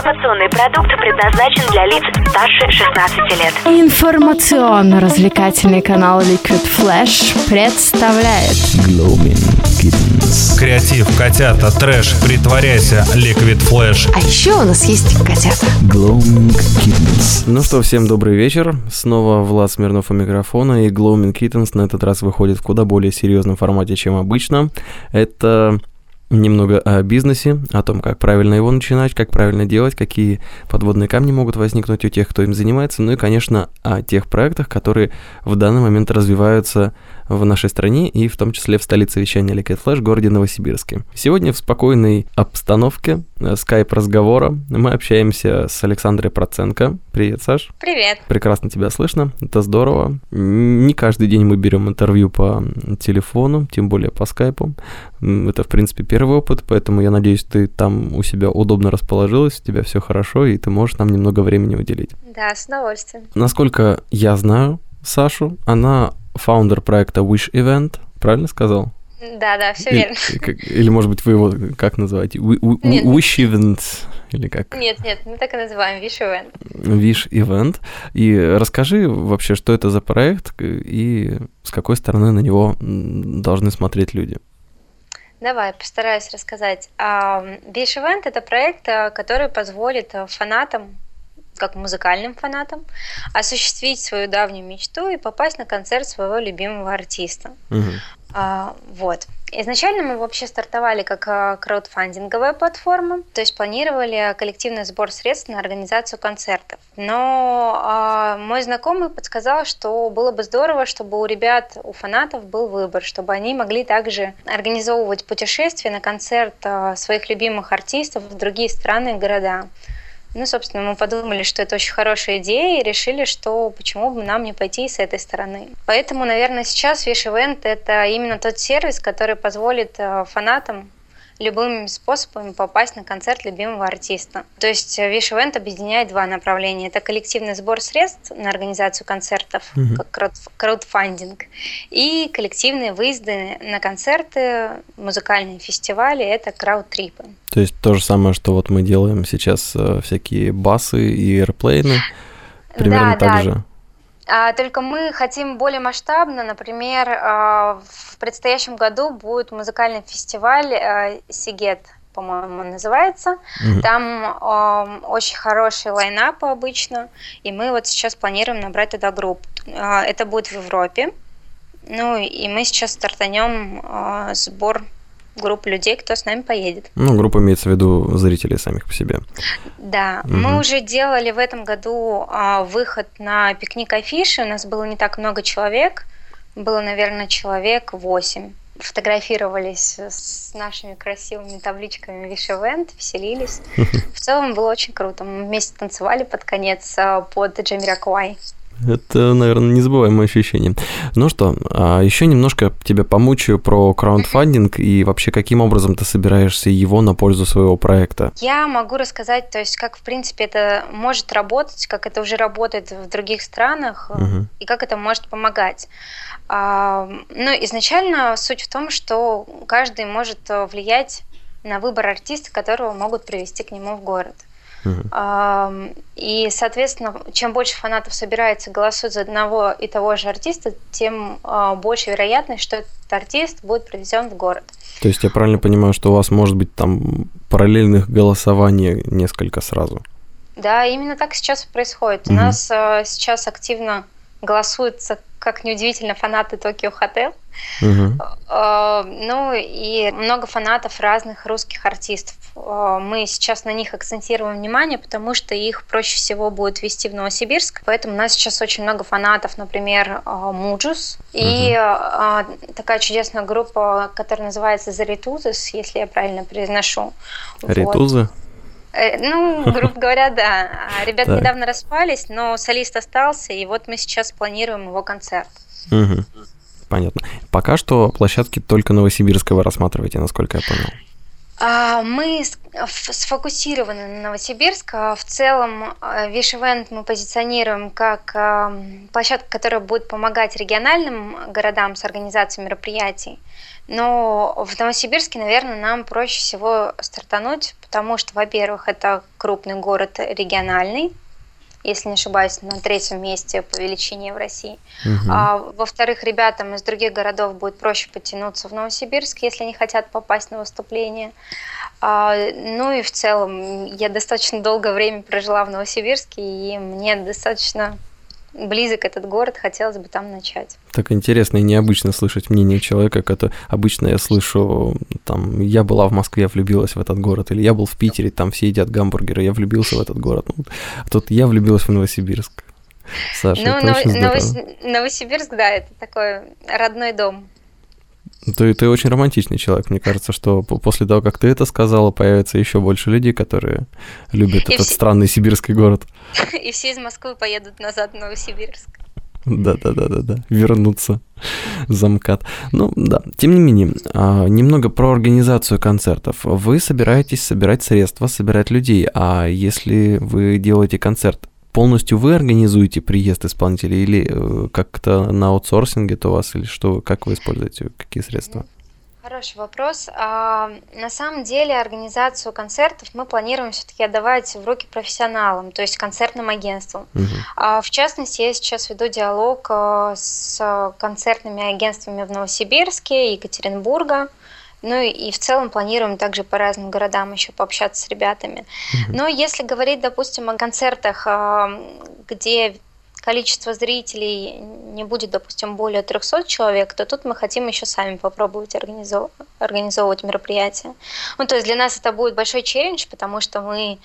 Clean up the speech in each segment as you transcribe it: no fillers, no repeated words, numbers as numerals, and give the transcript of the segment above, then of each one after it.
Информационный продукт предназначен для лиц старше 16 лет. Информационно-развлекательный канал Liquid Flash представляет Gloaming Kittens. Креатив, котята, трэш, притворяйся, Liquid Flash. А еще у нас есть котята. Gloaming Kittens. Ну что, всем добрый вечер. Снова Влад Смирнов у микрофона, и Gloaming Kittens на этот раз выходит в куда более серьезном формате, чем обычно. Это немного о бизнесе, о том, как правильно его начинать, как правильно делать, какие подводные камни могут возникнуть у тех, кто им занимается, ну и, конечно, о тех проектах, которые в данный момент развиваются в нашей стране и в том числе в столице вещания Liquid Flash, городе Новосибирске. Сегодня в спокойной обстановке скайп-разговора мы общаемся с Александрой Проценко. Привет, Саш. Привет. Прекрасно тебя слышно, это здорово. Не каждый день мы берем интервью по телефону, тем более по скайпу. Это, в принципе, первый опыт, поэтому я надеюсь, ты там у себя удобно расположилась, у тебя все хорошо, и ты можешь нам немного времени уделить. Да, с удовольствием. Насколько я знаю Сашу, она фаундер проекта Wish Event, правильно сказал? Да, все верно. Или, может быть, вы его как называете? Wish Event? Или как? Нет, мы так и называем, Wish Event. Wish Event. И расскажи вообще, что это за проект и с какой стороны на него должны смотреть люди. Давай, постараюсь рассказать. Wish Event — это проект, который позволит фанатам, как музыкальным фанатам, осуществить свою давнюю мечту и попасть на концерт своего любимого артиста. Вот. Изначально мы вообще стартовали как краудфандинговая платформа, то есть планировали коллективный сбор средств на организацию концертов. Но мой знакомый подсказал, что было бы здорово, чтобы у ребят, у фанатов был выбор, чтобы они могли также организовывать путешествия на концерт своих любимых артистов в другие страны и города. Ну, собственно, мы подумали, что это очень хорошая идея, и решили, что почему бы нам не пойти с этой стороны. Поэтому, наверное, сейчас Wish Event — это именно тот сервис, который позволит фанатам любыми способами попасть на концерт любимого артиста. То есть Wish Event объединяет два направления. Это коллективный сбор средств на организацию концертов, как краудфандинг, и коллективные выезды на концерты, музыкальные фестивали — это краудтрипы. То есть то же самое, что вот мы делаем сейчас, всякие басы и эйрплейны, примерно так же. Только мы хотим более масштабно. Например, в предстоящем году будет музыкальный фестиваль «Сигет», по-моему, он называется. Там очень хороший лайнап обычно, и мы вот сейчас планируем набрать туда группу. Это будет в Европе. Ну и мы сейчас стартанем сбор групп людей, кто с нами поедет. Ну, группа имеется в виду зрителей самих по себе. Да, мы уже делали в этом году выход на пикник-афиши. У нас было не так много человек, было, наверное, человек 8. Фотографировались с нашими красивыми табличками Wish Event, веселились. В целом было очень круто. Мы вместе танцевали под конец под Джамироквай. Это, наверное, незабываемое ощущение. Ну что, еще немножко тебя помучаю про краундфандинг и вообще каким образом ты собираешься его на пользу своего проекта. Я могу рассказать, то есть как, в принципе, это может работать, как это уже работает в других странах и как это может помогать. Ну, изначально суть в том, что каждый может влиять на выбор артиста, которого могут привести к нему в город. И, соответственно, чем больше фанатов собирается, голосуют за одного и того же артиста, тем больше вероятность, что этот артист будет привезен в город. То есть я правильно понимаю, что у вас может быть там параллельных голосований несколько сразу? Да, именно так сейчас и происходит. У нас сейчас активно голосуются, как неудивительно, фанаты Tokyo Hotel. Ну и много фанатов разных русских артистов. Мы сейчас на них акцентируем внимание, потому что их проще всего будет везти в Новосибирск. Поэтому у нас сейчас очень много фанатов, например, Муджус. И такая чудесная группа, которая называется The Ретузes, если я правильно произношу. Ретузы? Ну, грубо говоря, да. Ребята недавно распались, но солист остался, и вот мы сейчас планируем его концерт. Понятно. Пока что площадки только Новосибирска вы рассматриваете, насколько я понял. Мы сфокусированы на Новосибирск. В целом Wish Event мы позиционируем как площадку, которая будет помогать региональным городам с организацией мероприятий. Но в Новосибирске, наверное, нам проще всего стартануть, потому что, во-первых, это крупный город региональный, если не ошибаюсь, на 3-м месте по величине в России. Во-вторых, ребятам из других городов будет проще подтянуться в Новосибирск, если они хотят попасть на выступление. Ну и в целом я достаточно долгое время прожила в Новосибирске, и мне достаточно близок этот город, хотелось бы там начать. Так интересно и необычно слышать мнение человека, который обычно я слышу, там, я была в Москве, влюбилась в этот город, или я был в Питере, там все едят гамбургеры, я влюбился в этот город. Ну, а тут я влюбилась в Новосибирск. Саша, это очень здорово. Новосибирск, да, это такой родной дом. Ты очень романтичный человек. Мне кажется, что после того, как ты это сказала, появится еще больше людей, которые любят этот странный сибирский город. И все из Москвы поедут назад в Новосибирск. Да. Вернуться за МКАД. Ну, да. Тем не менее, немного про организацию концертов. Вы собираетесь собирать средства, собирать людей. А если вы делаете концерт, полностью вы организуете приезд исполнителей или как-то на аутсорсинге-то у вас, или что, как вы используете, какие средства? Хороший вопрос. На самом деле организацию концертов мы планируем все-таки отдавать в руки профессионалам, то есть концертным агентствам. В частности, я сейчас веду диалог с концертными агентствами в Новосибирске, Екатеринбурга. Ну и в целом планируем также по разным городам еще пообщаться с ребятами. Но если говорить, допустим, о концертах, где количество зрителей не будет, допустим, более 300 человек, то тут мы хотим еще сами попробовать организовывать мероприятия. Ну, то есть для нас это будет большой челлендж, потому что мы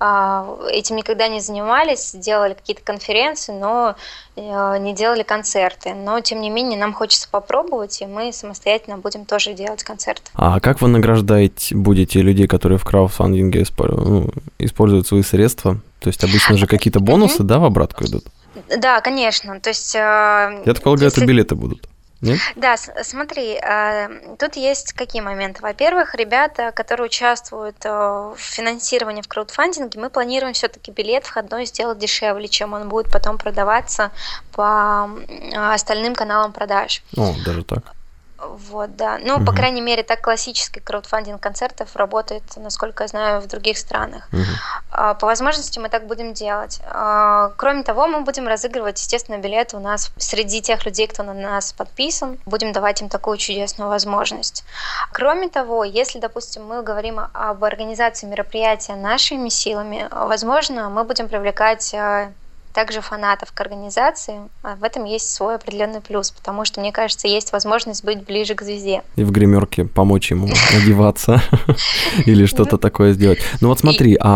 этим никогда не занимались, делали какие-то конференции, но не делали концерты. Но, тем не менее, нам хочется попробовать, и мы самостоятельно будем тоже делать концерты. А как вы награждать будете людей, которые в краудфандинге используют свои средства? То есть обычно же какие-то бонусы, да, в обратку идут? Да, конечно. То есть, я так полагаю, это билеты будут. Нет? Да, смотри, тут есть какие моменты. Во-первых, ребята, которые участвуют в финансировании в краудфандинге, мы планируем все-таки билет входной сделать дешевле, чем он будет потом продаваться по остальным каналам продаж. О, даже так. Вот, да. Ну, по крайней мере, так классический краудфандинг концертов работает, насколько я знаю, в других странах. По возможности мы так будем делать. Кроме того, мы будем разыгрывать, естественно, билеты у нас среди тех людей, кто на нас подписан. Будем давать им такую чудесную возможность. Кроме того, если, допустим, мы говорим об организации мероприятия нашими силами, возможно, мы будем привлекать также фанатов к организации. В этом есть свой определенный плюс, потому что, мне кажется, есть возможность быть ближе к звезде. И в гримерке помочь ему одеваться или что-то такое сделать. Ну вот смотри, я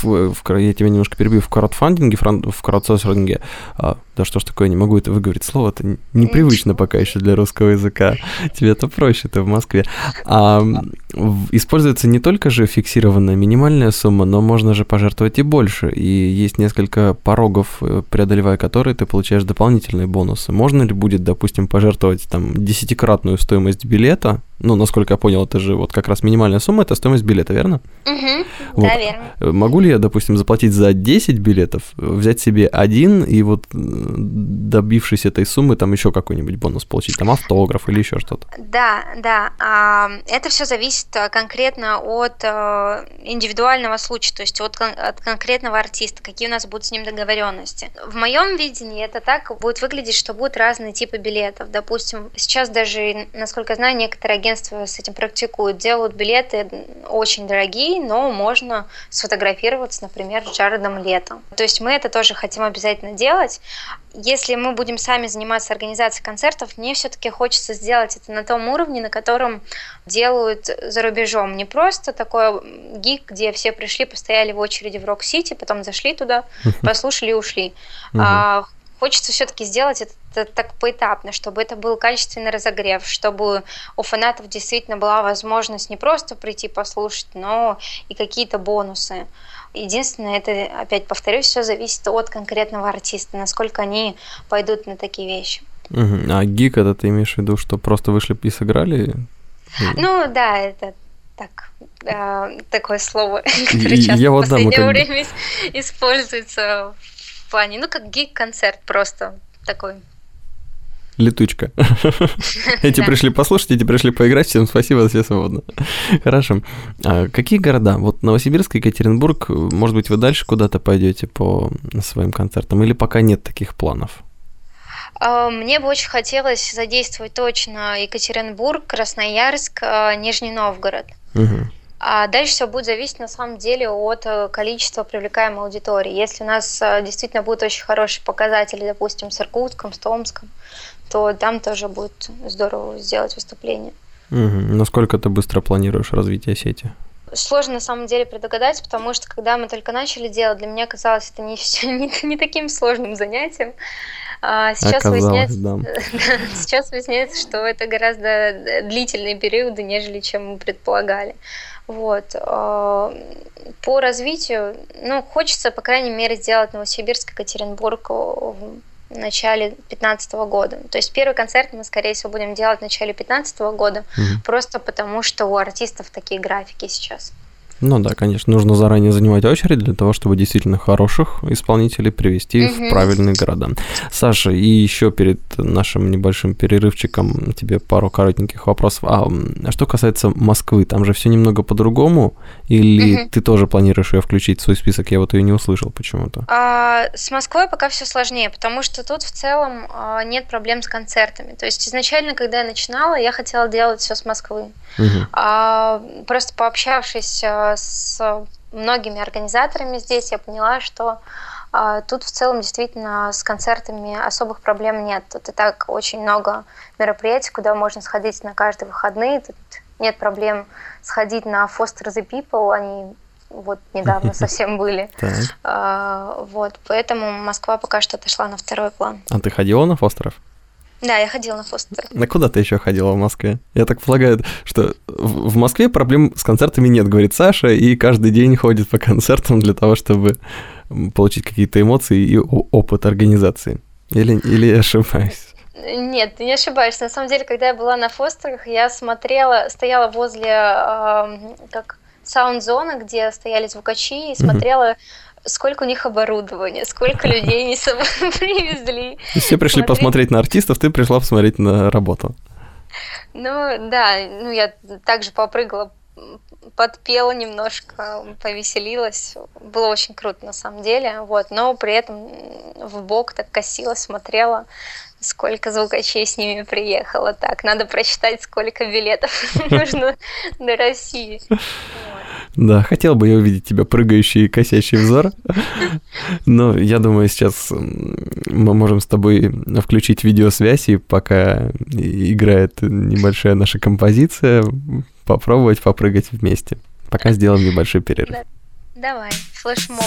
тебя немножко перебью, в краудфандинге, в краудсорсинге, да что ж такое, не могу это выговорить слово, это непривычно пока еще для русского языка. Тебе это проще, ты в Москве. Используется не только же фиксированная минимальная сумма, но можно же пожертвовать и больше. И есть несколько порогов, преодолевая которые ты получаешь дополнительные бонусы. Можно ли будет, допустим, пожертвовать там 10-кратную стоимость билета? Ну, насколько я понял, это же вот как раз минимальная сумма, это стоимость билета, верно? Вот. Да, верно. Могу ли я, допустим, заплатить за 10 билетов, взять себе один и вот, добившись этой суммы, там еще какой-нибудь бонус получить, там автограф или еще что-то? Да. Это все зависит конкретно от индивидуального случая, то есть от конкретного артиста, какие у нас будут с ним договоренности. В моем видении это так будет выглядеть, что будут разные типы билетов. Допустим, сейчас даже, насколько я знаю, некоторые агентства с этим практикуют, делают билеты очень дорогие, но можно сфотографироваться, например, с Джаредом Лето. То есть мы это тоже хотим обязательно делать. Если мы будем сами заниматься организацией концертов, мне все-таки хочется сделать это на том уровне, на котором делают за рубежом. Не просто такой гиг, где все пришли, постояли в очереди в Рок-Сити, потом зашли туда, послушали и ушли. Хочется все-таки сделать это так поэтапно, чтобы это был качественный разогрев, чтобы у фанатов действительно была возможность не просто прийти послушать, но и какие-то бонусы. Единственное, это, опять повторюсь, все зависит от конкретного артиста, насколько они пойдут на такие вещи. А гиг, это ты имеешь в виду, что просто вышли и сыграли? Ну да, это такое слово, которое часто в последнее время используется в плане, как гиг-концерт просто такой. Летучка. Эти пришли послушать, эти пришли поиграть. Всем спасибо, все свободно. Хорошо. А какие города? Вот Новосибирск, Екатеринбург, может быть, вы дальше куда-то пойдете по своим концертам или пока нет таких планов? Мне бы очень хотелось задействовать точно Екатеринбург, Красноярск, Нижний Новгород. А дальше все будет зависеть на самом деле от количества привлекаемой аудитории. Если у нас действительно будут очень хорошие показатели, допустим, с Иркутском, с Томском, то там тоже будет здорово сделать выступление. Насколько ты быстро планируешь развитие сети? Сложно на самом деле предугадать, потому что когда мы только начали делать, для меня казалось это не таким сложным занятием. Сейчас выясняется, что это гораздо длительные периоды, нежели чем мы предполагали. Вот. По развитию, хочется, по крайней мере, сделать Новосибирск, Екатеринбург в начале 2015 года. То есть первый концерт мы, скорее всего, будем делать в начале 2015 года, просто потому что у артистов такие графики сейчас. Ну да, конечно, нужно заранее занимать очередь для того, чтобы действительно хороших исполнителей привести в правильные города. Саша, и еще перед нашим небольшим перерывчиком тебе пару коротеньких вопросов. А что касается Москвы, там же все немного по-другому? Или ты тоже планируешь ее включить в свой список? Я вот ее не услышал почему-то. С Москвой пока все сложнее, потому что тут в целом нет проблем с концертами. То есть изначально, когда я начинала, я хотела делать все с Москвы. Просто пообщавшись с многими организаторами здесь, я поняла, что тут в целом действительно с концертами особых проблем нет. Тут и так очень много мероприятий, куда можно сходить на каждые выходные. Тут нет проблем сходить на Foster the People, они вот недавно совсем были. Вот, поэтому Москва пока что отошла на второй план. А ты ходила на Фостеров? Да, я ходила на Фостер. На куда ты еще ходила в Москве? Я так полагаю, что в Москве проблем с концертами нет, говорит Саша, и каждый день ходит по концертам для того, чтобы получить какие-то эмоции и опыт организации. Или я ошибаюсь? Нет, ты не ошибаешься. На самом деле, когда я была на Фостерах, я стояла возле саунд-зоны, где стояли звукачи, и смотрела, сколько у них оборудования, сколько людей они с собой привезли. Все пришли посмотреть на артистов, ты пришла посмотреть на работу. Я также попрыгала, подпела немножко, повеселилась. Было очень круто на самом деле, но при этом вбок так косила, смотрела, сколько звукачей с ними приехало. Так, надо просчитать, сколько билетов нужно до России. Да, хотел бы я увидеть тебя прыгающий и косящий взор, но я думаю, сейчас мы можем с тобой включить видеосвязь, и пока играет небольшая наша композиция, попробовать попрыгать вместе. Пока сделаем небольшой перерыв. Давай, флешмоб.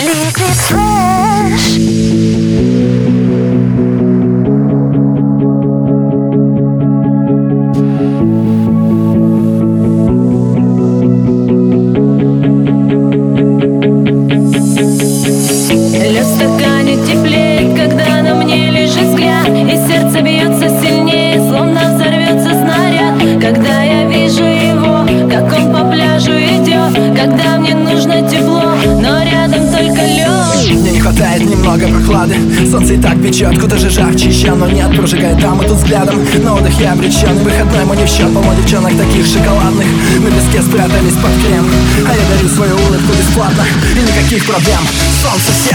Немного прохлады, солнце и так печет, куда же жарче еще, но нет, прожигает там и тут взглядом. На отдых я обречен, выходной мой не в счет, по моде девчонок таких шоколадных. На песке спрятались под крем, а я дарю свою улыбку бесплатно. И никаких проблем, солнце всем.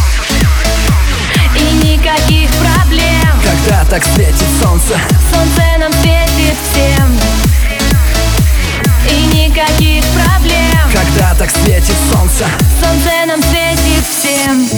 И никаких проблем, когда так светит солнце. Солнце нам светит всем. И никаких проблем, когда так светит солнце. Солнце нам светит всем.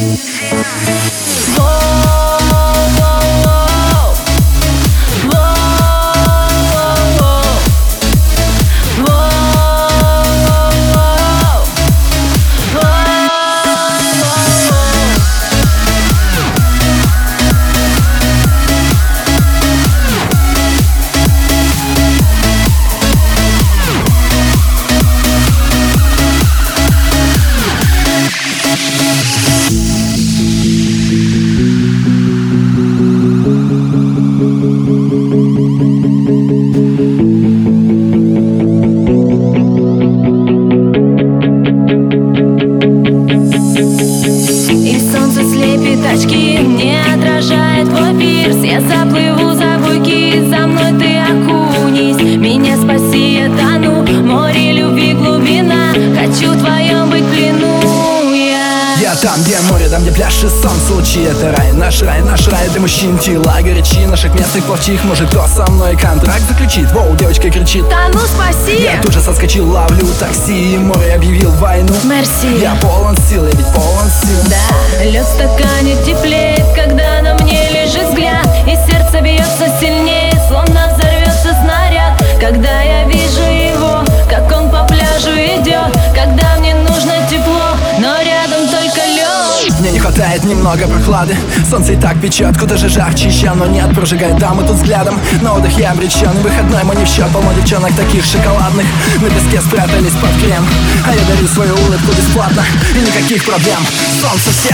скачки не отражает твой пирс. Я заплыву за буйки, за мной ты окунись. Меня спаси, я тону, море любви глубина. Хочу в твоем быть плену Я там, где море, там, где пляж и солнце лучи. Это рай, наш рай для мужчин. Тела горячи, наших местных плавчих. Может, кто со мной контракт заключит? Воу, девочка кричит: да ну спаси! Я тут же соскочил, ловлю такси, и море объявил войну. Мерси. Я полон сил, я ведь полон сил. Да, лед в стакане теплеет, когда на мне лежит взгляд, и сердце бьется сильнее, словно взорвется снаряд. Когда я вижу его, как он по пляжу идет, когда мне нужно тепло, но рядом только лед. Мне не хватает немного прохлады. Солнце и так печет, куда же жарче еще. Но нет, прожигает дамы тут взглядом. На отдых я обречен, выходной мой не в счет. Полно девчонок таких шоколадных, на песке спрятались под крем. А я дарю свою улыбку бесплатно, и никаких проблем. Солнце всем.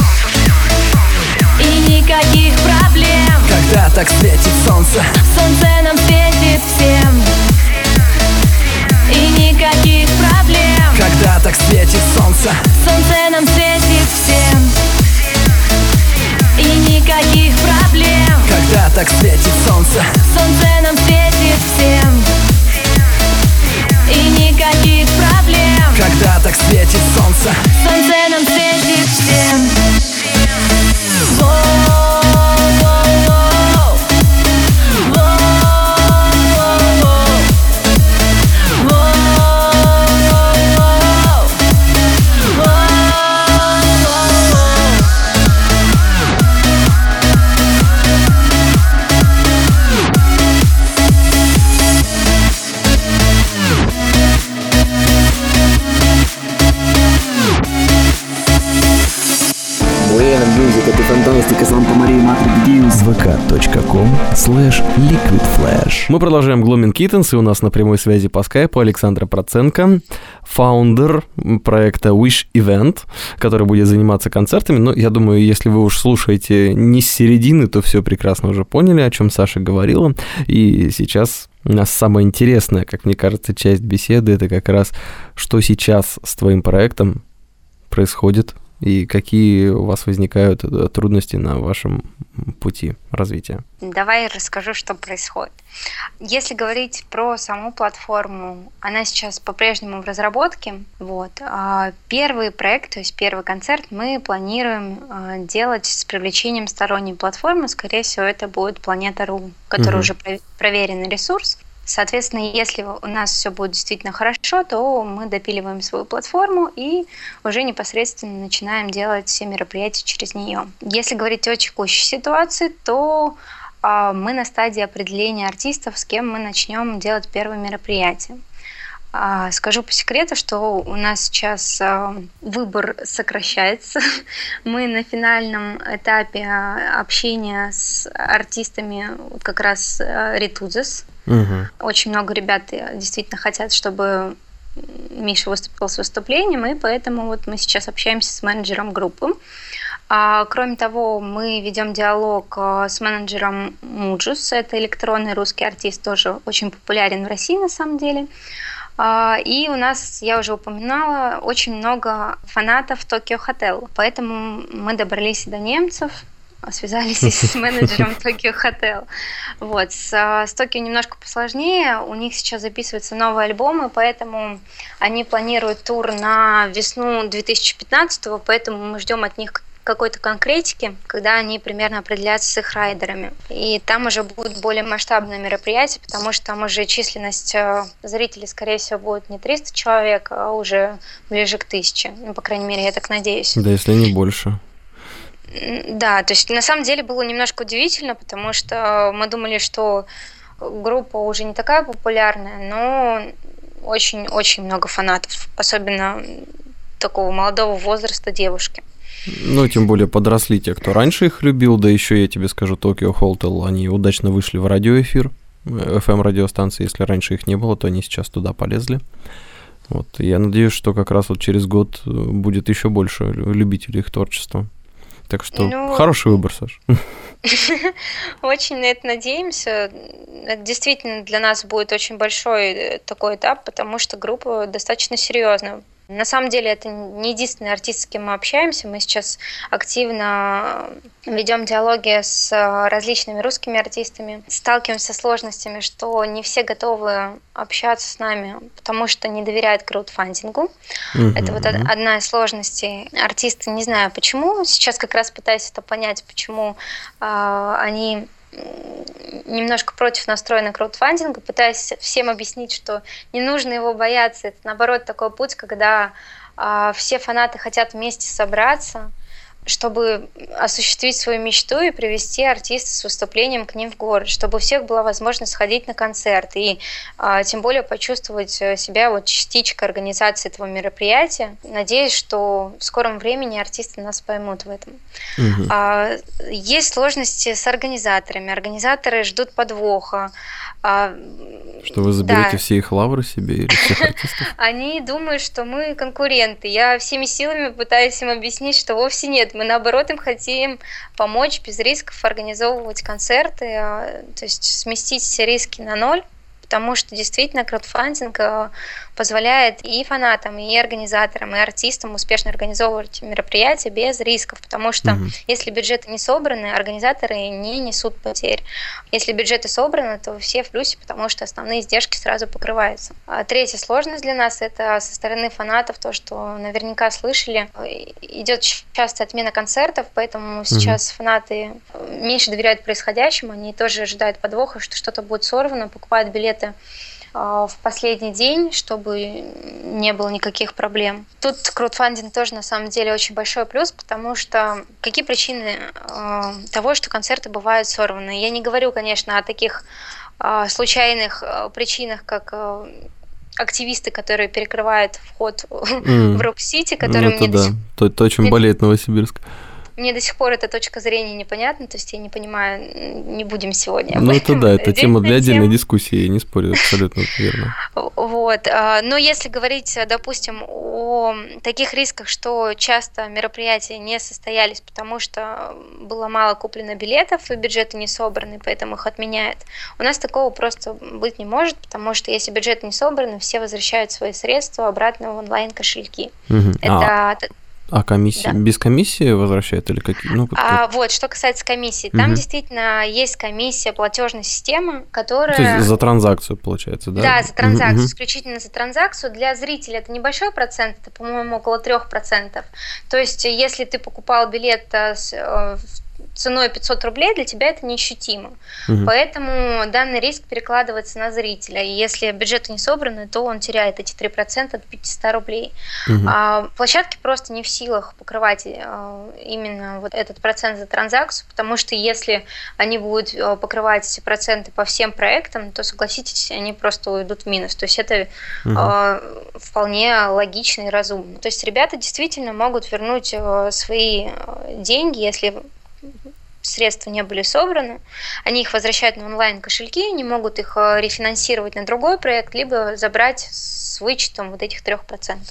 И никаких проблем. Когда так светит солнце, солнце нам светит всем. И никаких проблем. Когда так светит солнце, солнце нам светит всем. И никаких проблем. Когда так светит солнце, солнце нам светит всем. И никаких проблем. Когда так светит солнце, солнце нам светит всем. Это фантастика, Санта-Мария, Матрик Дьюс. vk.com/liquidflash. Мы продолжаем Gloaming Kittens, и у нас на прямой связи по скайпу Александра Проценко, фаундер проекта Wish Event, который будет заниматься концертами. Но я думаю, если вы уж слушаете не с середины, то все прекрасно уже поняли, о чем Саша говорила. И сейчас у нас самая интересная, как мне кажется, часть беседы — это как раз что сейчас с твоим проектом происходит и какие у вас возникают трудности на вашем пути развития. Давай расскажу, что происходит. Если говорить про саму платформу, она сейчас по-прежнему в разработке. Первый проект, то есть первый концерт мы планируем делать с привлечением сторонней платформы. Скорее всего, это будет Planeta.ru, который уже проверенный ресурс. Соответственно, если у нас все будет действительно хорошо, то мы допиливаем свою платформу и уже непосредственно начинаем делать все мероприятия через нее. Если говорить о текущей ситуации, то мы на стадии определения артистов, с кем мы начнем делать первые мероприятия. Скажу по секрету, что у нас сейчас выбор сокращается. Мы на финальном этапе общения с артистами как раз Ретузес. Очень много ребят действительно хотят, чтобы Миша выступил с выступлением, и поэтому мы сейчас общаемся с менеджером группы. Кроме того, мы ведем диалог с менеджером Муджус. Это электронный русский артист, тоже очень популярен в России на самом деле. И у нас, я уже упоминала, очень много фанатов Tokyo Hotel. Поэтому мы добрались до немцев, связались с менеджером Tokyo Hotel. С Tokyo немножко посложнее. У них сейчас записываются новые альбомы, поэтому они планируют тур на весну 2015-го, поэтому мы ждем от них какой-то конкретики, когда они примерно определятся с их райдерами. И там уже будет более масштабное мероприятие, потому что там уже численность зрителей, скорее всего, будет не 300 человек, а уже ближе к 1000. По крайней мере, я так надеюсь. Да, если не больше. Да, то есть на самом деле было немножко удивительно, потому что мы думали, что группа уже не такая популярная, но очень-очень много фанатов, особенно такого молодого возраста девушки. Тем более подросли те, кто раньше их любил, да еще я тебе скажу, Tokyo Hotel, они удачно вышли в радиоэфир, FM-радиостанции, если раньше их не было, то они сейчас туда полезли. Я надеюсь, что как раз через год будет еще больше любителей их творчества. Так что хороший выбор, Саш. Очень на это надеемся. Это действительно для нас будет очень большой такой этап, потому что группа достаточно серьезная. На самом деле это не единственный артист, с кем мы общаемся. Мы сейчас активно ведем диалоги с различными русскими артистами. Сталкиваемся с сложностями, что не все готовы общаться с нами, потому что не доверяют краудфандингу. Это вот одна из сложностей. Артисты, не знаю почему, сейчас как раз пытаюсь это понять, почему они немножко против настроена краудфандинга, пытаясь всем объяснить, что не нужно его бояться. Это, наоборот, такой путь, когда все фанаты хотят вместе собраться, чтобы осуществить свою мечту и привести артиста с выступлением к ним в город, чтобы у всех была возможность сходить на концерт и тем более почувствовать себя вот частичкой организации этого мероприятия. Надеюсь, что в скором времени артисты нас поймут в этом. Есть сложности с организаторами. Организаторы ждут подвоха. Что вы заберете все их лавры себе или всех артистов? Они думают, что мы конкуренты. Я всеми силами пытаюсь им объяснить, что вовсе нет. Мы, наоборот, им хотим помочь без рисков организовывать концерты, то есть сместить все риски на ноль, потому что действительно краудфандинг позволяет и фанатам, и организаторам, и артистам успешно организовывать мероприятия без рисков, потому что если бюджеты не собраны, организаторы не несут потерь. Если бюджеты собраны, то все в плюсе, потому что основные издержки сразу покрываются. Третья сложность для нас – это со стороны фанатов, то, что наверняка слышали, идет часто отмена концертов, поэтому сейчас фанаты меньше доверяют происходящему, они тоже ожидают подвоха, что что-то будет сорвано, покупают билеты в последний день, чтобы не было никаких проблем. Тут краудфандинг тоже на самом деле очень большой плюс, потому что какие причины того, что концерты бывают сорваны? Я не говорю, конечно, о таких случайных причинах, как активисты, которые перекрывают вход в Рок-Сити, которые мне то, чем болеет Новосибирск. Мне до сих пор эта точка зрения непонятна, то есть я не понимаю, не будем сегодня. Ну это да, это тема для отдельной дискуссии, я не спорю, абсолютно верно. Вот, но если говорить, допустим, о таких рисках, что часто мероприятия не состоялись, потому что было мало куплено билетов и бюджеты не собраны, поэтому их отменяют, у нас такого просто быть не может, потому что если бюджеты не собраны, все возвращают свои средства обратно в онлайн-кошельки. А комиссия? Да. Без комиссии возвращают или какие? Вот, что касается комиссии. Там действительно есть комиссия платежной системы, которая... То есть за транзакцию, получается, да? Да, за транзакцию, исключительно за транзакцию. Для зрителя это небольшой процент, это, по-моему, около 3%. То есть если ты покупал билет ценой 500 рублей, для тебя это неощутимо. Поэтому данный риск перекладывается на зрителя. И если бюджеты не собраны, то он теряет эти 3% от 500 рублей. Площадки просто не в силах покрывать именно вот этот процент за транзакцию, потому что если они будут покрывать эти проценты по всем проектам, то, согласитесь, они просто уйдут в минус. То есть это вполне логично и разумно. То есть ребята действительно могут вернуть свои деньги, если средства не были собраны, они их возвращают на онлайн-кошельки, не могут их рефинансировать на другой проект, либо забрать с вычетом вот этих 3%.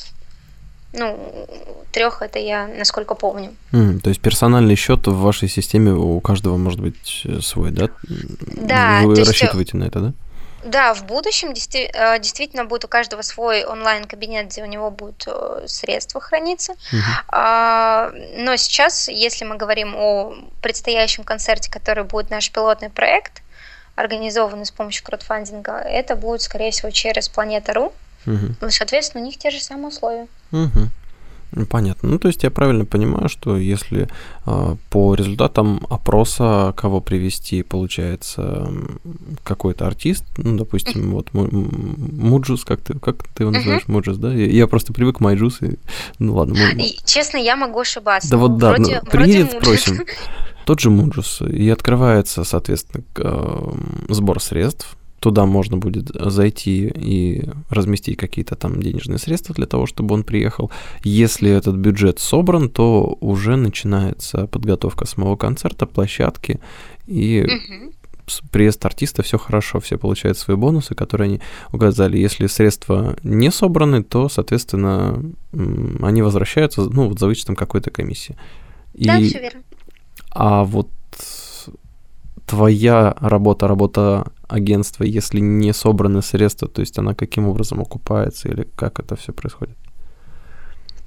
3 это я насколько помню. То есть персональный счет в вашей системе у каждого может быть свой, да? Да. Вы рассчитываете на это, да? Да, в будущем действительно будет у каждого свой онлайн-кабинет, где у него будут средства храниться. Но сейчас, если мы говорим о предстоящем концерте, который будет наш пилотный проект, организованный с помощью краудфандинга, это будет, скорее всего, через Planeta.ru. Соответственно, у них те же самые условия. Понятно. То есть я правильно понимаю, что если по результатам опроса кого привести, получается, какой-то артист, допустим, вот Муджус, как ты его называешь, Муджус, да? Я просто привык к Майджус, ладно. Честно, я могу ошибаться. Да вот да, приедет, спросим. Тот же Муджус, и открывается, соответственно, сбор средств. Туда можно будет зайти и разместить какие-то там денежные средства для того, чтобы он приехал. Если этот бюджет собран, то уже начинается подготовка самого концерта, площадки, и приезд артиста, все хорошо, все получают свои бонусы, которые они указали. Если средства не собраны, то, соответственно, они возвращаются, за вычетом какой-то комиссии. Да, все верно. А вот твоя работа агентства, если не собраны средства, то есть она каким образом окупается или как это все происходит?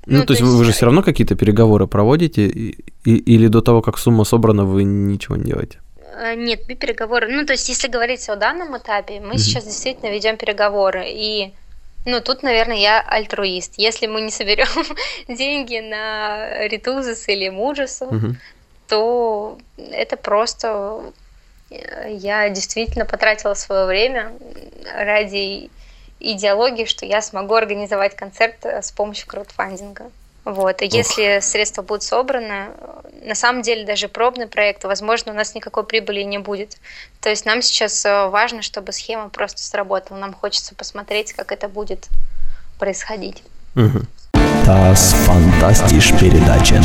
Ну, то есть вы же все равно какие-то переговоры проводите, или до того, как сумма собрана, вы ничего не делаете? Нет, мы переговоры... Ну, то есть, если говорить о данном этапе, мы сейчас действительно ведем переговоры. И, тут, наверное, я альтруист. Если мы не соберем деньги на Ритузис или Мужесу, то это просто... Я действительно потратила свое время ради идеологии, что я смогу организовать концерт с помощью краудфандинга. Вот. И если средства будут собраны, на самом деле даже пробный проект, возможно, у нас никакой прибыли не будет. То есть нам сейчас важно, чтобы схема просто сработала. Нам хочется посмотреть, как это будет происходить. Das fantastisch передача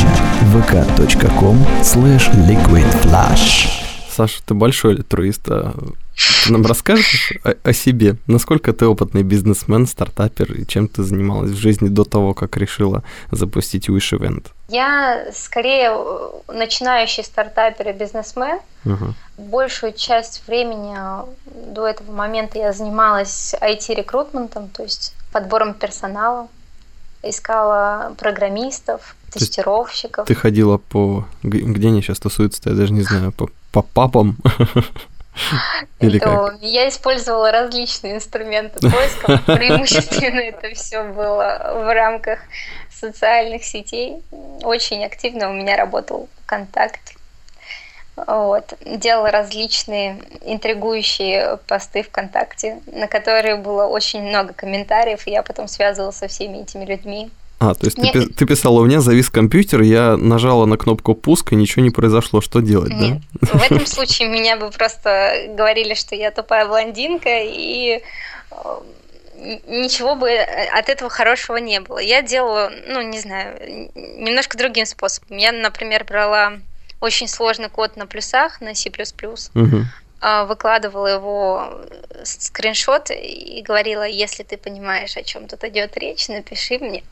vk.com/liquidflash. Саша, ты большой альтруист. Ты нам расскажешь о себе? Насколько ты опытный бизнесмен, стартапер, и чем ты занималась в жизни до того, как решила запустить Wish Event? Я скорее начинающий стартапер и бизнесмен. Большую часть времени до этого момента я занималась IT-рекрутментом, то есть подбором персонала, искала программистов, тестировщиков. Ты ходила по... Где они сейчас тусуются, я даже не знаю, по папам? Или как? Я использовала различные инструменты поиска. Преимущественно это все было в рамках социальных сетей. Очень активно у меня работал ВКонтакте. Вот. Делала различные интригующие посты ВКонтакте, на которые было очень много комментариев, и я потом связывалась со всеми этими людьми. То есть ты писала, у меня завис компьютер, я нажала на кнопку пуск, и ничего не произошло, что делать, Нет. Да? В этом случае меня бы просто говорили, что я тупая блондинка, и ничего бы от этого хорошего не было. Я делала, немножко другим способом. Я, например, брала очень сложный код на плюсах, на C++, выкладывала его скриншот и говорила, если ты понимаешь, о чем тут идет речь, напиши мне.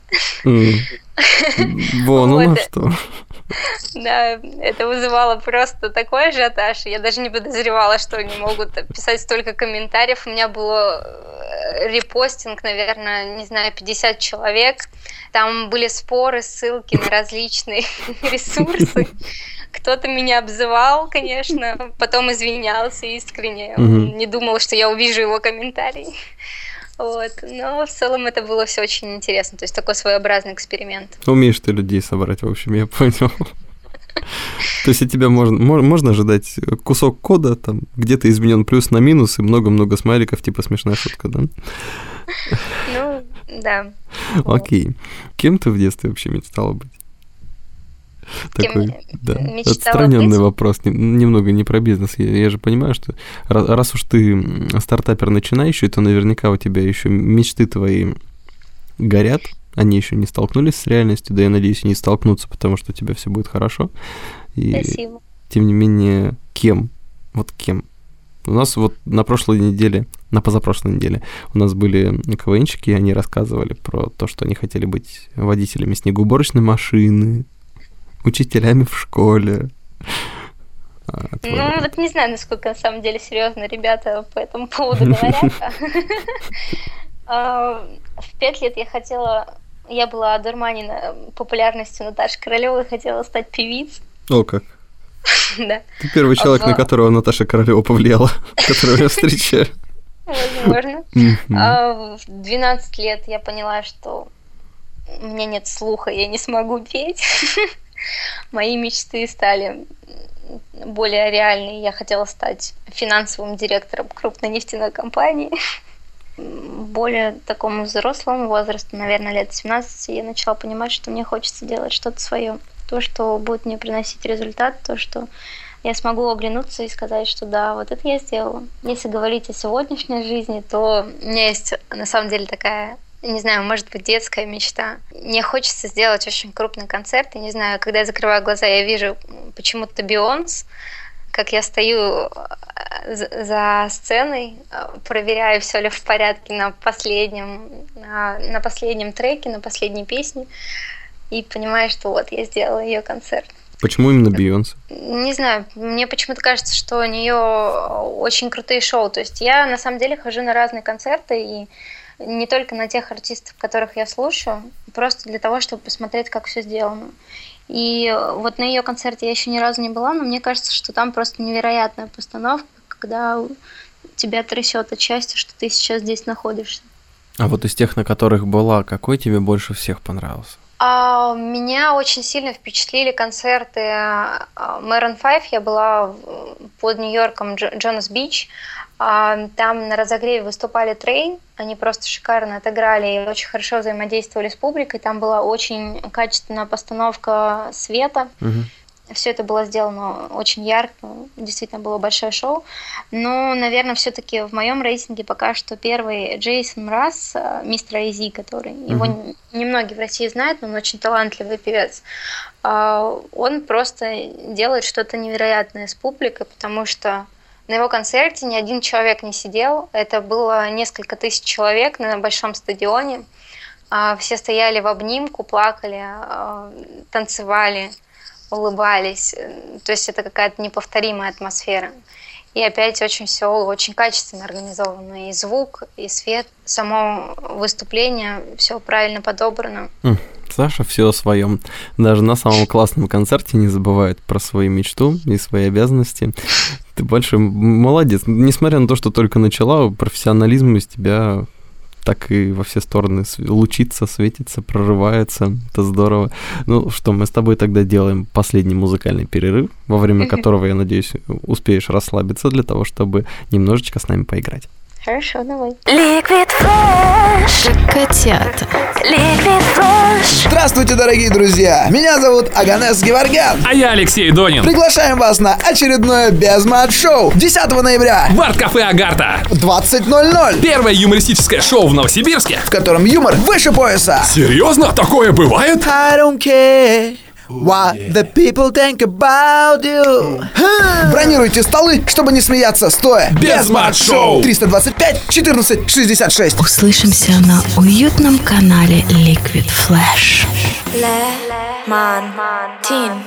Вон что. Да, это вызывало просто такой ажиотаж. Я даже не подозревала, что они могут писать столько комментариев. У меня был репостинг, наверное, 50 человек. Там были споры, ссылки на различные ресурсы. Кто-то меня обзывал, конечно, потом извинялся искренне. Не думала, что я увижу его комментарий. Вот. Но в целом это было все очень интересно. То есть такой своеобразный эксперимент. Умеешь ты людей собрать, в общем, я понял. То есть от тебя можно ожидать кусок кода, там где-то изменен плюс на минус и много-много смайликов, типа смешная шутка, да? Да. Окей. Кем ты в детстве вообще мечтала быть? Такой, отстраненный вопрос, немного не про бизнес. Я же понимаю, что раз уж ты стартапер начинающий, то наверняка у тебя еще мечты твои горят, они еще не столкнулись с реальностью, да я надеюсь, не столкнутся, потому что у тебя все будет хорошо. И, спасибо. Тем не менее, кем? Вот кем? У нас вот на позапрошлой неделе у нас были КВНщики, и они рассказывали про то, что они хотели быть водителями снегоуборочной машины, учителями в школе. Не знаю, насколько на самом деле серьезно ребята по этому поводу говорят. В 5 лет я была одурманена популярностью Наташи Королёвой, хотела стать певицей. О, как? Да. Ты первый человек, на которого Наташа Королёва повлияла, которого я встречаю. Возможно. В 12 лет я поняла, что у меня нет слуха, я не смогу петь. Мои мечты стали более реальные. Я хотела стать финансовым директором крупной нефтяной компании. Более такому взрослому возрасту, наверное, лет 17, я начала понимать, что мне хочется делать что-то свое. То, что будет мне приносить результат, то, что я смогу оглянуться и сказать, что да, вот это я сделала. Если говорить о сегодняшней жизни, то у меня есть на самом деле такая, не знаю, может быть, детская мечта. Мне хочется сделать очень крупный концерт. Я не знаю, когда я закрываю глаза, я вижу почему-то Бейонс, как я стою за сценой, проверяю, все ли в порядке на последнем треке, на последней песне, и понимаю, что вот я сделала ее концерт. Почему именно Бейонс? Не знаю, мне почему-то кажется, что у нее очень крутые шоу. То есть я на самом деле хожу на разные концерты, и не только на тех артистов, которых я слушаю, просто для того, чтобы посмотреть, как все сделано. И вот на ее концерте я еще ни разу не была, но мне кажется, что там просто невероятная постановка, когда тебя трясет от счастья, что ты сейчас здесь находишься. А вот из тех, на которых была, какой тебе больше всех понравился? Меня очень сильно впечатлили концерты Maroon 5. Я была под Нью-Йорком Джонас Бич. Там на разогреве выступали Train. Они просто шикарно отыграли и очень хорошо взаимодействовали с публикой. Там была очень качественная постановка света. Все это было сделано очень ярко, действительно было большое шоу. Но, наверное, все-таки в моем рейтинге пока что первый Джейсон Мраз, мистер Айзи, который его немногие в России знают, но он очень талантливый певец. Он просто делает что-то невероятное с публикой, потому что на его концерте ни один человек не сидел. Это было несколько тысяч человек на большом стадионе. Все стояли в обнимку, плакали, танцевали, улыбались. То есть это какая-то неповторимая атмосфера. И опять очень все очень качественно организовано. И звук, и свет, само выступление, все правильно подобрано. Саша все о своем. Даже на самом классном концерте не забывает про свою мечту и свои обязанности. Ты большой молодец. Несмотря на то, что только начала, профессионализм из тебя так и во все стороны лучится, светится, прорывается. Это здорово. Ну что, мы с тобой тогда делаем последний музыкальный перерыв, во время которого, я надеюсь, успеешь расслабиться для того, чтобы немножечко с нами поиграть. Хорошо, давай. Liquid Flash. Котята. Liquid Flash. Здравствуйте, дорогие друзья! Меня зовут Оганес Геворгян. А я Алексей Донин. Приглашаем вас на очередное Безмат-шоу 10 ноября в арт-кафе Агарта. 20:00. Первое юмористическое шоу в Новосибирске, в котором юмор выше пояса. Серьезно? Такое бывает? I don't care what the people think about you. Бронируйте столы, чтобы не смеяться стоя. Безмат-шоу. 325-14-66. Услышимся на уютном канале Liquid Flash. Лемантин.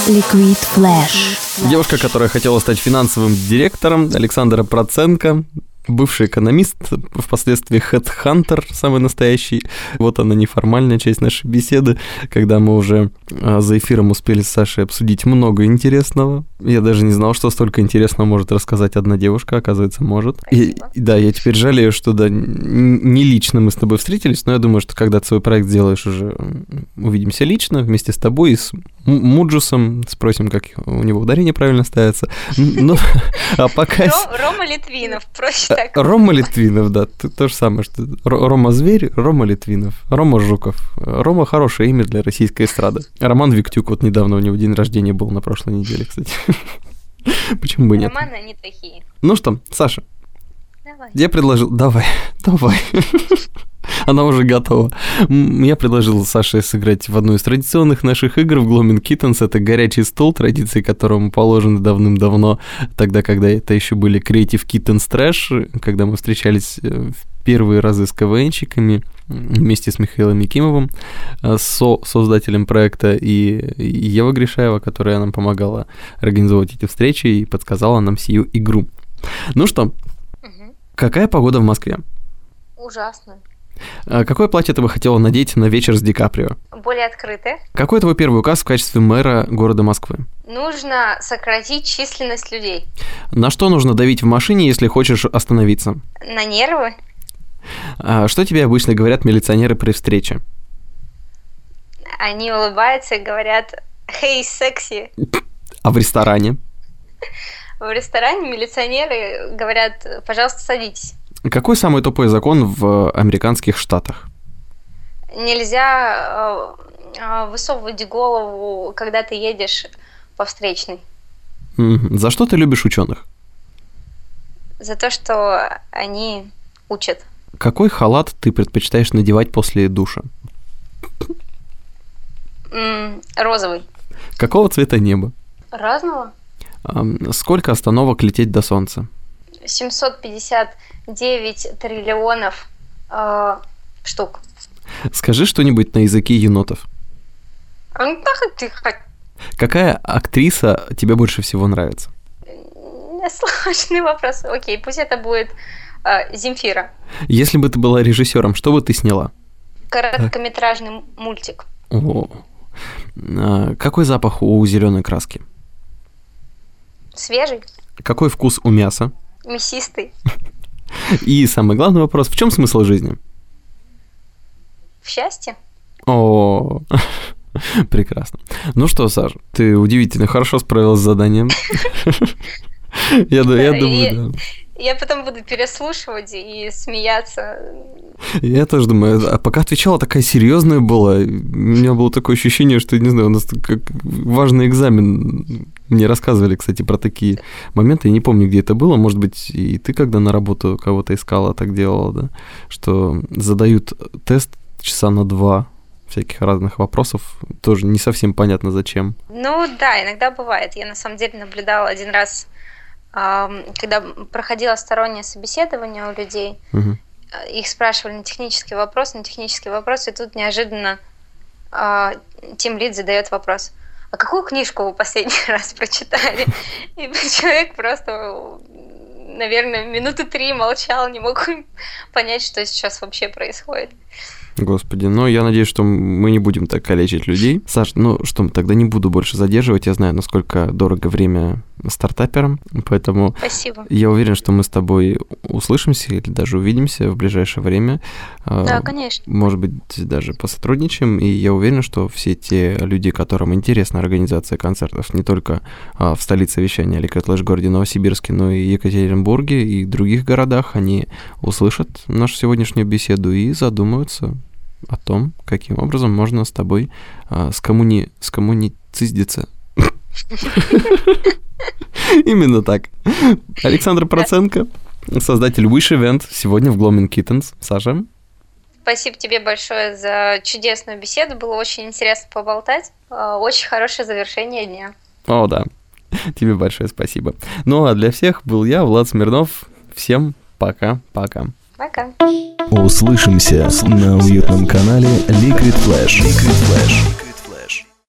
Liquid Flash. Девушка, которая хотела стать финансовым директором, Александра Проценко, бывший экономист, впоследствии хедхантер самый настоящий. Вот она, неформальная часть нашей беседы, когда мы уже за эфиром успели с Сашей обсудить много интересного. Я даже не знал, что столько интересного может рассказать одна девушка, оказывается, может. И да, я теперь жалею, что да, не лично мы с тобой встретились, но я думаю, что когда ты свой проект сделаешь, уже увидимся лично вместе с тобой и с Муджусом, спросим, как у него ударение правильно ставится. А пока... Рома Литвинов, проще так. Рома Литвинов, да, то же самое, что Рома Зверь, Рома Литвинов, Рома Жуков. Рома хорошее имя для российской эстрады. Роман Виктюк, вот недавно у него день рождения был на прошлой неделе, кстати. Почему бы нет? Романы они такие. Ну что, Саша, Давай. Я предложил... Давай. Она уже готова. Я предложил Саше сыграть в одну из традиционных наших игр в Gloaming Kittens. Это горячий стол, традиции которому положены давным-давно, тогда, когда это еще были Creative Kittens Trash, когда мы встречались в первые разы с КВНщиками вместе с Михаилом Якимовым, создателем проекта, и Ева Гришаева, которая нам помогала организовывать эти встречи и подсказала нам сию игру. Ну что, какая погода в Москве? Ужасно. Какое платье ты бы хотела надеть на вечер с Ди Каприо? Более открытое. Какой твой первый указ в качестве мэра города Москвы? Нужно сократить численность людей. На что нужно давить в машине, если хочешь остановиться? На нервы. Что тебе обычно говорят милиционеры при встрече? Они улыбаются и говорят «Hey, секси». А в ресторане? В ресторане милиционеры говорят «Пожалуйста, садитесь». Какой самый тупой закон в американских штатах? Нельзя высовывать голову, когда ты едешь по встречной. За что ты любишь ученых? За то, что они учат. Какой халат ты предпочитаешь надевать после душа? Розовый. Какого цвета небо? Разного. Сколько остановок лететь до Солнца? 759 триллионов штук. Скажи что-нибудь на языке енотов. Какая актриса тебе больше всего нравится? Сложный вопрос. Окей, пусть это будет Земфира. Если бы ты была режиссером, что бы ты сняла? Короткометражный мультик. О. Какой запах у зеленой краски? Свежий. Какой вкус у мяса? Мясистый. И самый главный вопрос, в чем смысл жизни? В счастье. О, прекрасно. Ну что, Саша, ты удивительно хорошо справилась с заданием. Я думаю, да. Я потом буду переслушивать и смеяться. Я тоже думаю, а пока отвечала, такая серьезная была. У меня было такое ощущение, что, не знаю, у нас как важный экзамен. Мне рассказывали, кстати, про такие моменты. Я не помню, где это было. Может быть, и ты, когда на работу кого-то искала, так делала, да? Что задают тест часа на 2 всяких разных вопросов. Тоже не совсем понятно, зачем. Ну да, иногда бывает. Я на самом деле наблюдала один раз, когда проходило стороннее собеседование у людей, их спрашивали на технический вопрос, и тут неожиданно тимлид задает вопрос: а какую книжку вы последний раз прочитали? И человек просто, наверное, минуты 3 молчал, не мог понять, что сейчас вообще происходит. Господи, ну я надеюсь, что мы не будем так калечить людей. Саш, ну что, тогда не буду больше задерживать. Я знаю, насколько дорого время стартаперам, поэтому Спасибо. Я уверен, что мы с тобой услышимся или даже увидимся в ближайшее время. Да, конечно. Может быть, даже посотрудничаем. И я уверен, что все те люди, которым интересна организация концертов не только в столице вещания Liquid Flash городе Новосибирске, но и Екатеринбурге и других городах, они услышат нашу сегодняшнюю беседу и задумаются о том, каким образом можно с тобой скоммуницидиться. Именно так. Александра Проценко, создатель Wish Event, сегодня в Gloaming Kittens. Саша? Спасибо тебе большое за чудесную беседу. Было очень интересно поболтать. Очень хорошее завершение дня. О, да. Тебе большое спасибо. Ну, а для всех был я, Влад Смирнов. Всем пока-пока. Пока. Услышимся на уютном канале Liquid Flash.